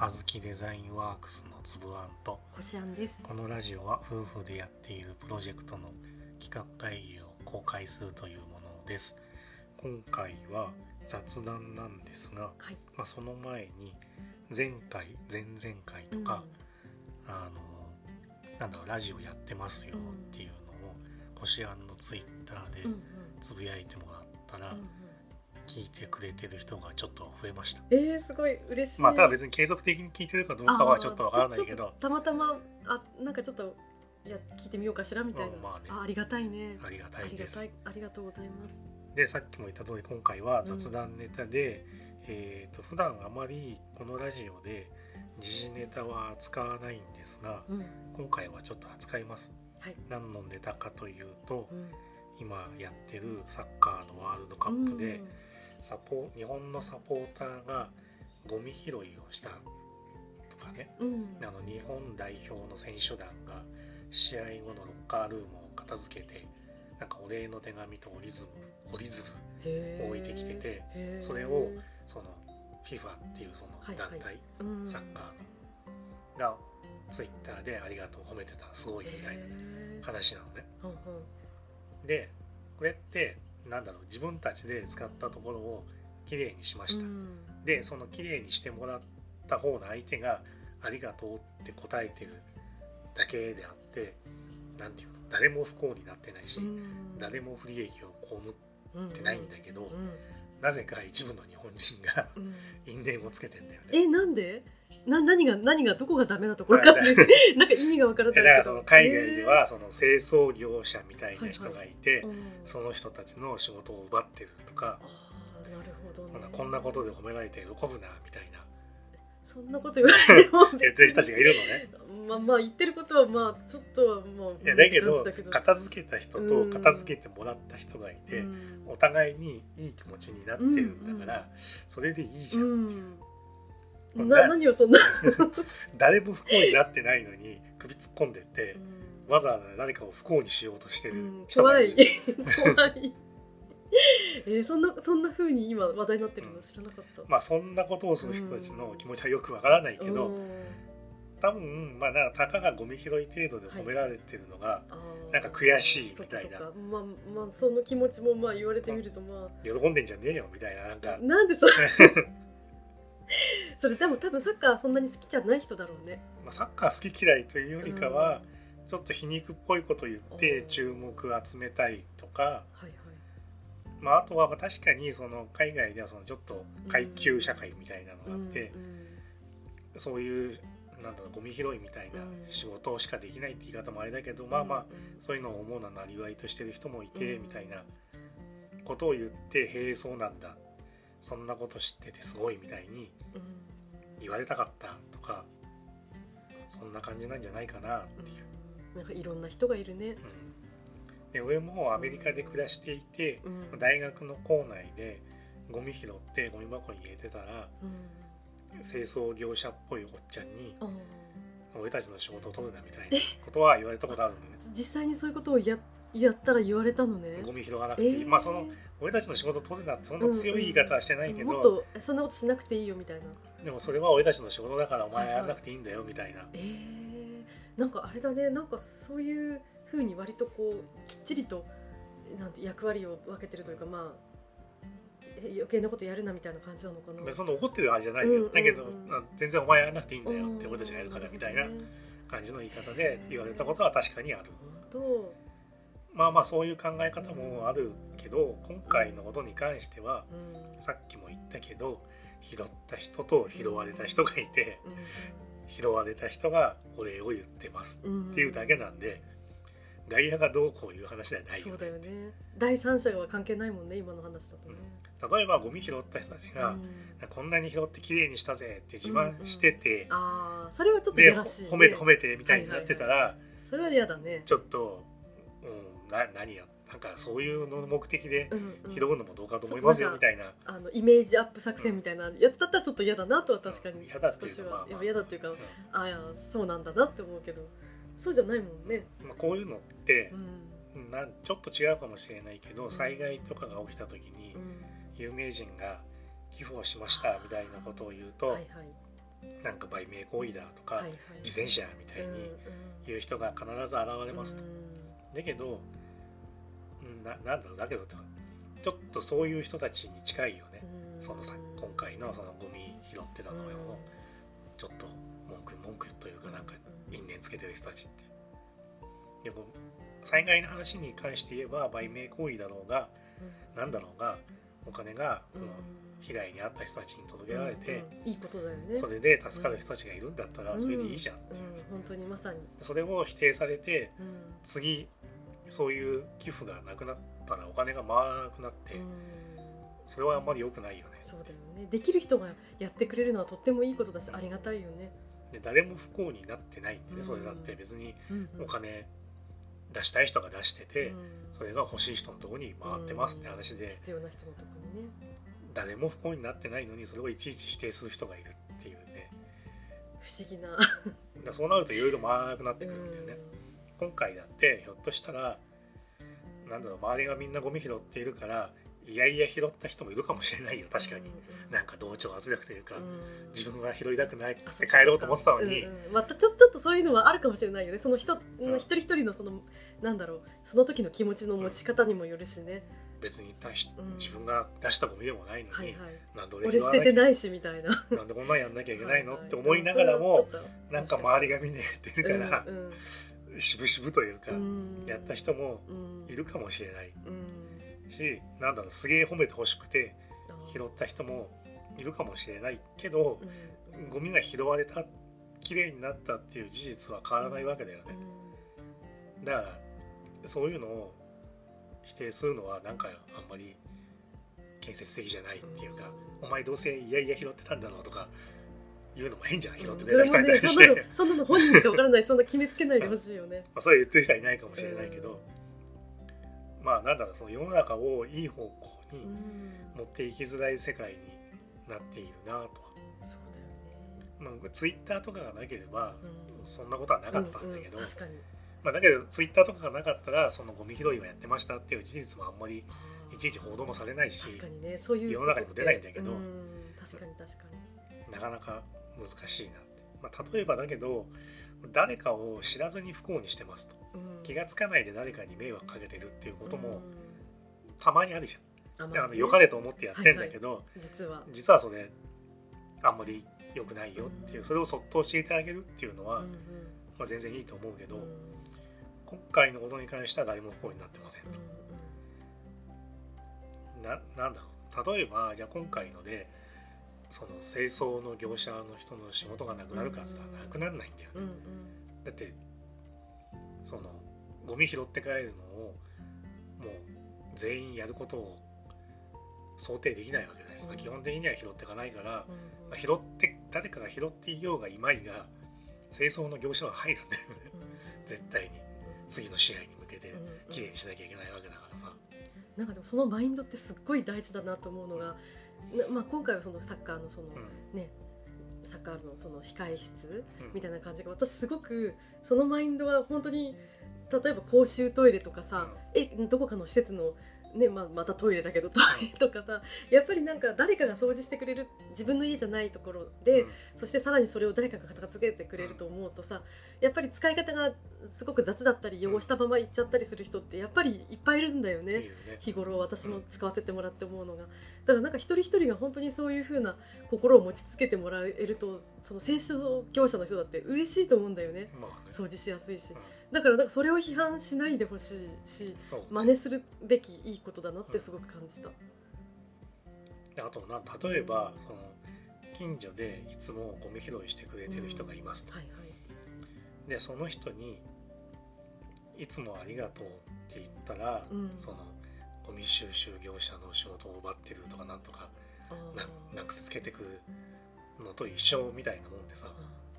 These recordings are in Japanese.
あずきデザインワークスのつぶあんとこしあんです。 このラジオは夫婦でやっているプロジェクトの企画会議を公開するというものです。今回は雑談なんですが、 はい。 その前に前回前々回とか、ラジオやってますよっていうのをこしあんのツイッターでつぶやいてもらったら、聞いてくれてる人がちょっと増えました。 すごい嬉しい。 ただ別に継続的に聞いてるかどうかはちょっとわからないけど、 たまたまなんかちょっと聞いてみようかしらみたいな、ありがたいね。 ありがたいです。 ありがとうございます。 でさっきも言った通り今回は雑談ネタで、普段あまりこのラジオで時事ネタは扱わないんですが、今回はちょっと扱います。 はい、 何のネタかというと、今やってるサッカーのワールドカップで、日本のサポーターがゴミ拾いをしたとかね、日本代表の選手団が試合後のロッカールームを片付けてなんかお礼の手紙と折り鶴を置いてきてて、それをその FIFA っていうその団体、サッカーがツイッターでありがとう褒めてたすごいみたいな話なのね。でこれって自分たちで使ったところをきれいにしました、でそのきれいにしてもらった方の相手がありがとうって答えてるだけであって、なんていうの、誰も不幸になってないし、誰も不利益を被ってないんだけど、なぜか一部の日本人が因縁をつけてんだよね。 なんで？何がどこがダメなところかってなんか意味がわからないけど、 だからその海外ではその清掃業者みたいな人がいて、その人たちの仕事を奪ってるとか、 なるほどね、 こんなことで褒められて喜ぶなみたいな、 そんなこと言われても言ってる人たちがいるのね。 言ってることはちょっとはだけど片付けた人と片付けてもらった人がいて、お互いにいい気持ちになってるんだから、それでいいじゃんっていう。 何をそんな誰も不幸になってないのに首突っ込んでって、わざわざ誰かを不幸にしようとしてる人がいる。 怖いそんな風に今話題になってるの知らなかった。 そんなことをする人たちの気持ちはよくわからないけど、多分たかがゴミ拾い程度で褒められてるのがなんか悔しいみたいな、 その気持ちも言われてみると喜んでんじゃねえよみたいな、 なんでそれそれでも多分サッカーそんなに好きじゃない人だろうね。 サッカー好き嫌いというよりかは、ちょっと皮肉っぽいこと言って注目集めたいとか、あとは確かにその海外ではそのちょっと階級社会みたいなのがあって、そういうゴミ拾いみたいな仕事しかできないって言い方もあれだけど、そういうのを主ななりわいとしてる人もいて、みたいなことを言って、へえそうなんだ、そんなこと知っててすごいみたいに言われたかったとか、そんな感じなんじゃないかなっていう、 なんかいろんな人がいるね。 で俺もアメリカで暮らしていて、大学の校内でゴミ拾ってゴミ箱に入れてたら、清掃業者っぽいおっちゃんに俺たちの仕事を取るなみたいなことは言われたことあるのね。 実際にそういうことをやったら言われたのね。 ゴミ拾わなくていい、その俺たちの仕事を取るなってそんな強い言い方はしてないけど、 もっとそんなことしなくていいよみたいな。 でもそれは俺たちの仕事だからお前やらなくていいんだよみたいな。 なんかあれだね、なんかそういう風に割ときっちりと役割を分けてるというか、余計なことやるなみたいな感じなのかな。 その怒ってるあれじゃないよ、だけど全然お前やらなくていいんだよって俺たちがやるからみたいな感じの言い方で言われたことは確かにある。そういう考え方もあるけど、今回のことに関しては、さっきも言ったけど拾った人と拾われた人がいて、拾われた人がお礼を言ってますっていうだけなんで、外野がどうこういう話ではないよね。 そうだよね。第三者は関係ないもんね、今の話だとね。 例えばゴミ拾った人たちが、こんなに拾ってきれいにしたぜって自慢してて、 それはちょっとやらしい、ね、 褒めてみたいになってたら、 それは嫌だね。 ちょっと、何やなんかそういうの目的で拾うのもどうかと思いますよみたいな、 イメージアップ作戦みたいなやつだったらちょっと嫌だなとは確かに、 嫌だっていうか嫌だっていうか、そうなんだなって思うけど、そうじゃないもんね。 こういうのって、ちょっと違うかもしれないけど、災害とかが起きた時に有名人が寄付をしましたみたいなことを言うと、 なんか売名行為だとか、 はいはい、 偽善者みたいに言う人が必ず現れますと、だけどなんだろう、だけどちょっとそういう人たちに近いよね、その今回のそのゴミ拾ってたのをちょっと文句というかなんか因縁つけてる人たちって。でも災害の話に関して言えば売名行為だろうがなんだろうがお金がその被害に遭った人たちに届けられて、 いいことだよね。 それで助かる人たちがいるんだったらそれでいいじゃんっていう、 本当にまさにそれを否定されて、次そういう寄付がなくなったらお金が回らなくなって、それはあんまり良くないよね。 そうだよね。できる人がやってくれるのはとってもいいことだし、ありがたいよね。 で誰も不幸になってないんでね、それだって別にお金出したい人が出してて、それが欲しい人のところに回ってますって話で、 必要な人のところにね、 誰も不幸になってないのにそれをいちいち否定する人がいるっていうね、 不思議なだそうなるといろいろ回らなくなってくるんだよね。今回だってひょっとしたらなんだろう、周りがみんなゴミ拾っているからいやいや拾った人もいるかもしれないよ。確かに、なんか同調圧力というか、自分は拾いたくないって帰ろうと思ってたのに、 またちょっとそういうのはあるかもしれないよね。その一人一人のそのなんだろう、その時の気持ちの持ち方にもよるしね。 別に自分が出したゴミでもないのに、なんで俺捨ててないしみたいな、 なんでこんなんやんなきゃいけないのって思いながらも、なんか周りがみんなやってるから渋々というかやった人もいるかもしれないし、なんだろう、すげえ褒めてほしくて拾った人もいるかもしれないけど、ゴミが拾われた、きれいになったっていう事実は変わらないわけだよね。だからそういうのを否定するのはなんかあんまり建設的じゃないっていうか、お前どうせいやいや拾ってたんだろうとか言うのも変じゃん、拾ってくれた人に対して、 そんなの本人しか分からない、そんな決めつけないでほしいよね。 そう言ってる人はいないかもしれないけど、まあなんだろう、その世の中をいい方向に持っていきづらい世界になっているなとは。 そうだよね。 まあツイッターとかがなければそんなことはなかったんだけど、 確かに。 まあだけどツイッターとかがなかったらそのゴミ拾いはやってましたっていう事実はあんまりいちいち報道もされないし、 確かにね、そういう世の中にも出ないんだけど、 確かになかなか難しいなって。まあ例えばだけど誰かを知らずに不幸にしてますと、気がつかないで誰かに迷惑かけてるっていうこともたまにあるじゃん。良かれと思ってやってんだけど、実はそれあんまり良くないよっていう、それをそっと教えてあげるっていうのは、まあ、全然いいと思うけど、今回のことに関しては誰も不幸になってませんと。なんだろう、例えばじゃあ今回のでその清掃の業者の人の仕事がなくなるかって言ったらなくならないんだよね。だってそのゴミ拾って帰るのをもう全員やることを想定できないわけです。基本的には拾っていかないから、誰かが拾っていようがいまいが清掃の業者は入るんだよね、絶対に。次の試合に向けてきれいにしなきゃいけないわけだからさ。 なんかでもそのマインドってすっごい大事だなと思うのが、まあ、今回はそのサッカーのその、ね、サッカーのその控え室みたいな感じが、私すごくそのマインドは本当に、例えば公衆トイレとかさ、どこかの施設のね、またトイレだけどトイレとかさ、やっぱりなんか誰かが掃除してくれる、自分の家じゃないところで、そしてさらにそれを誰かが片付けてくれると思うとさ、やっぱり使い方がすごく雑だったり汚したまま行っちゃったりする人ってやっぱりいっぱいいるんだよね。日頃私も使わせてもらって思うのが、だからなんか一人一人が本当にそういう風な心を持ちつけてもらえると、その清掃業者の人だって嬉しいと思うんだよね。掃除しやすいし、だからなんかそれを批判しないでほしいし、真似するべきいいことだなってすごく感じた。 あと例えばその近所でいつもゴミ拾いしてくれてる人がいますと、でその人にいつもありがとうって言ったら、そのゴミ収集業者の仕事を奪ってるとかなんとかなくせつけてくるのと一緒みたいなもんでさ、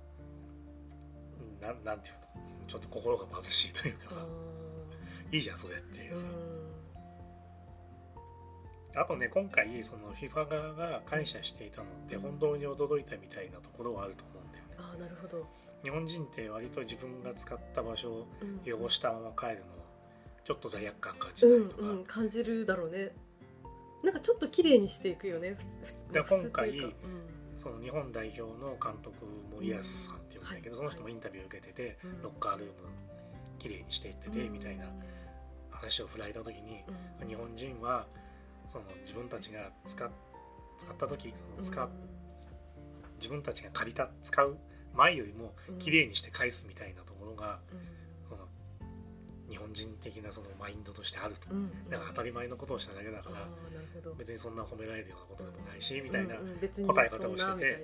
なんていうの、ちょっと心が貧しいというかさ、いいじゃんそれっていうさ。あとね、今回その FIFA 側が感謝していたのって本当に驚いたみたいなところはあると思うんだよね。 なるほど。 日本人って割と自分が使った場所を汚したまま帰るのちょっと罪悪感感じたりとか、 感じるだろうね。なんかちょっと綺麗にしていくよね。 で今回その日本代表の監督森保さんっていうんだけど、その人もインタビューを受けてて、ロッカールームきれいにしていっててみたいな話を振られた時に、日本人はその自分たちが使った時、自分たちが使う前よりもきれいにして返すみたいなところが、その日本人的なそのマインドとしてあると、だから当たり前のことをしただけだから、別にそんな褒められるようなことでもないしみたいな答え方をしてて、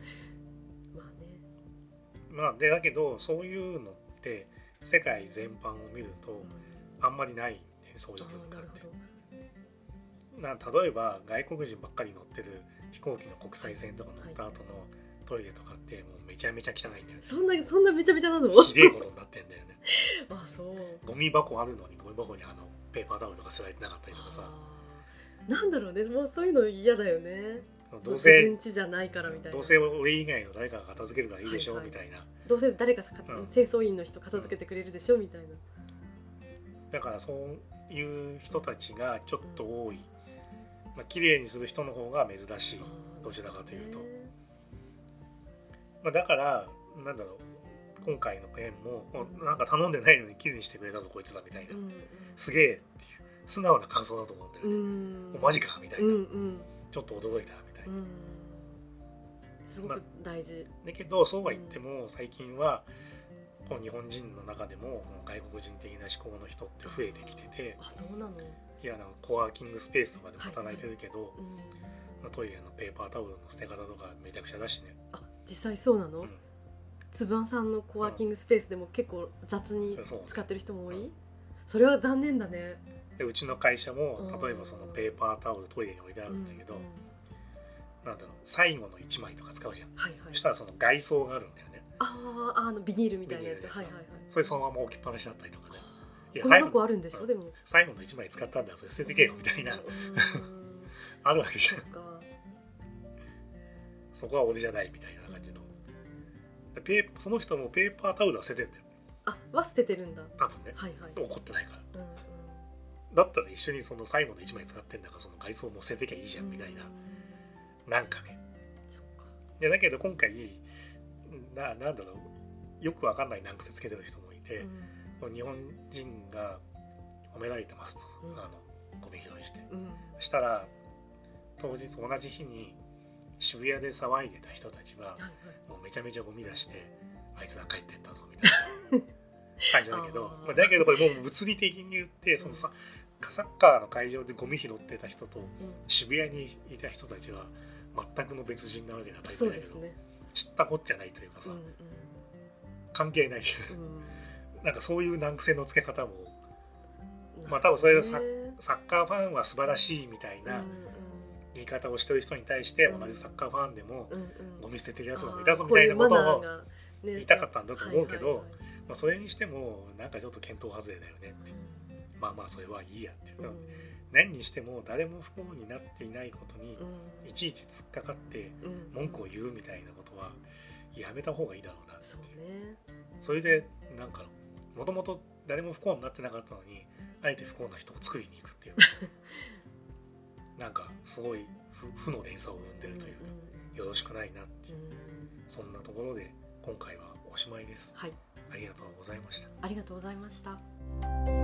まあでだけどそういうのって世界全般を見るとあんまりないんで、そういう文化って。例えば外国人ばっかり乗ってる飛行機の国際線とか乗った後のトイレとかってもうめちゃめちゃ汚いんだよね。そんなめちゃめちゃなの？ ひでえことになってんだよね。 あ、そう。 ゴミ箱あるのにゴミ箱にペーパータオルとか捨てられてなかったりとかさ。 なんだろうね、もうそういうの嫌だよね。 どうせ自分家じゃないからみたいな。 どうせ俺以外の誰かが片付けるからいいでしょ、みたいな。 どうせ誰か清掃員の人片付けてくれるでしょ、みたいな。 だからそういう人たちがちょっと多い。綺麗にする人の方が珍しい、どちらかというと。だからなんだろう、今回の件もなんか頼んでないのに綺麗にしてくれたぞこいつだみたいな、すげえっていう素直な感想だと思うんだよね。マジかみたいな、ちょっと驚いたみたいな、 すごく大事だけど、そうは言っても最近はこう日本人の中でも外国人的な思考の人って増えてきてて、 そうなの。 いや、なんかコワーキングスペースとかでも働いてるけど、トイレのペーパータオルの捨て方とかめちゃくちゃだしね。 実際そうなの？つぶあんさんのコワーキングスペースでも結構雑に使ってる人も多い？それは残念だね。 でうちの会社も例えばそのペーパータオルトイレに置いてあるんだけど、なんだろう、最後の1枚とか使うじゃん。そしたらその外装があるんだよね。 ビニールみたいなやつ。 それそのまま置きっぱなしだったりとかね。 いや、最後あるんでしょ。でも最後の1枚使ったんだよ、それ捨ててけよみたいなあるわけじゃん。そこは俺じゃないみたいな感じの。その人もペーパータオルは捨ててんだよ。 は捨ててるんだ多分ね。怒ってないから、だったら一緒にその最後の1枚使ってんだから、その外装も捨ててきゃいいじゃんみたいな、なんかね。だけど今回なんだろう、よくわかんない難癖つけてる人もいて、日本人が褒められてますと、ゴミ拾いして、そしたら当日同じ日に渋谷で騒いでた人たちはもうめちゃめちゃゴミ出して、あいつら帰ってったぞみたいな感じだけどだけどこれもう物理的に言って、そのサッカーの会場でゴミ拾ってた人と渋谷にいた人たちは全くの別人なわけだったりだけど、知ったこっちゃないというかさ、関係ないしなんかそういう難癖のつけ方も、多分それでサッカーファンは素晴らしいみたいな言い方をしてる人に対して、同じサッカーファンでもゴミ捨ててるやつがいたぞみたいなことを言いたかったんだと思うけど、それにしてもなんかちょっと見当外れだよねって、まあそれはいいやっていう、何にしても誰も不幸になっていないことにいちいち突っかかって文句を言うみたいなことはやめた方がいいだろうなっていう。それでなんかもともと誰も不幸になってなかったのにあえて不幸な人を作りに行くっていうなんかすごい負の連鎖を生んでるというか、よろしくないなっていう、そんなところで今回はおしまいです。ありがとうございました。 ありがとうございました。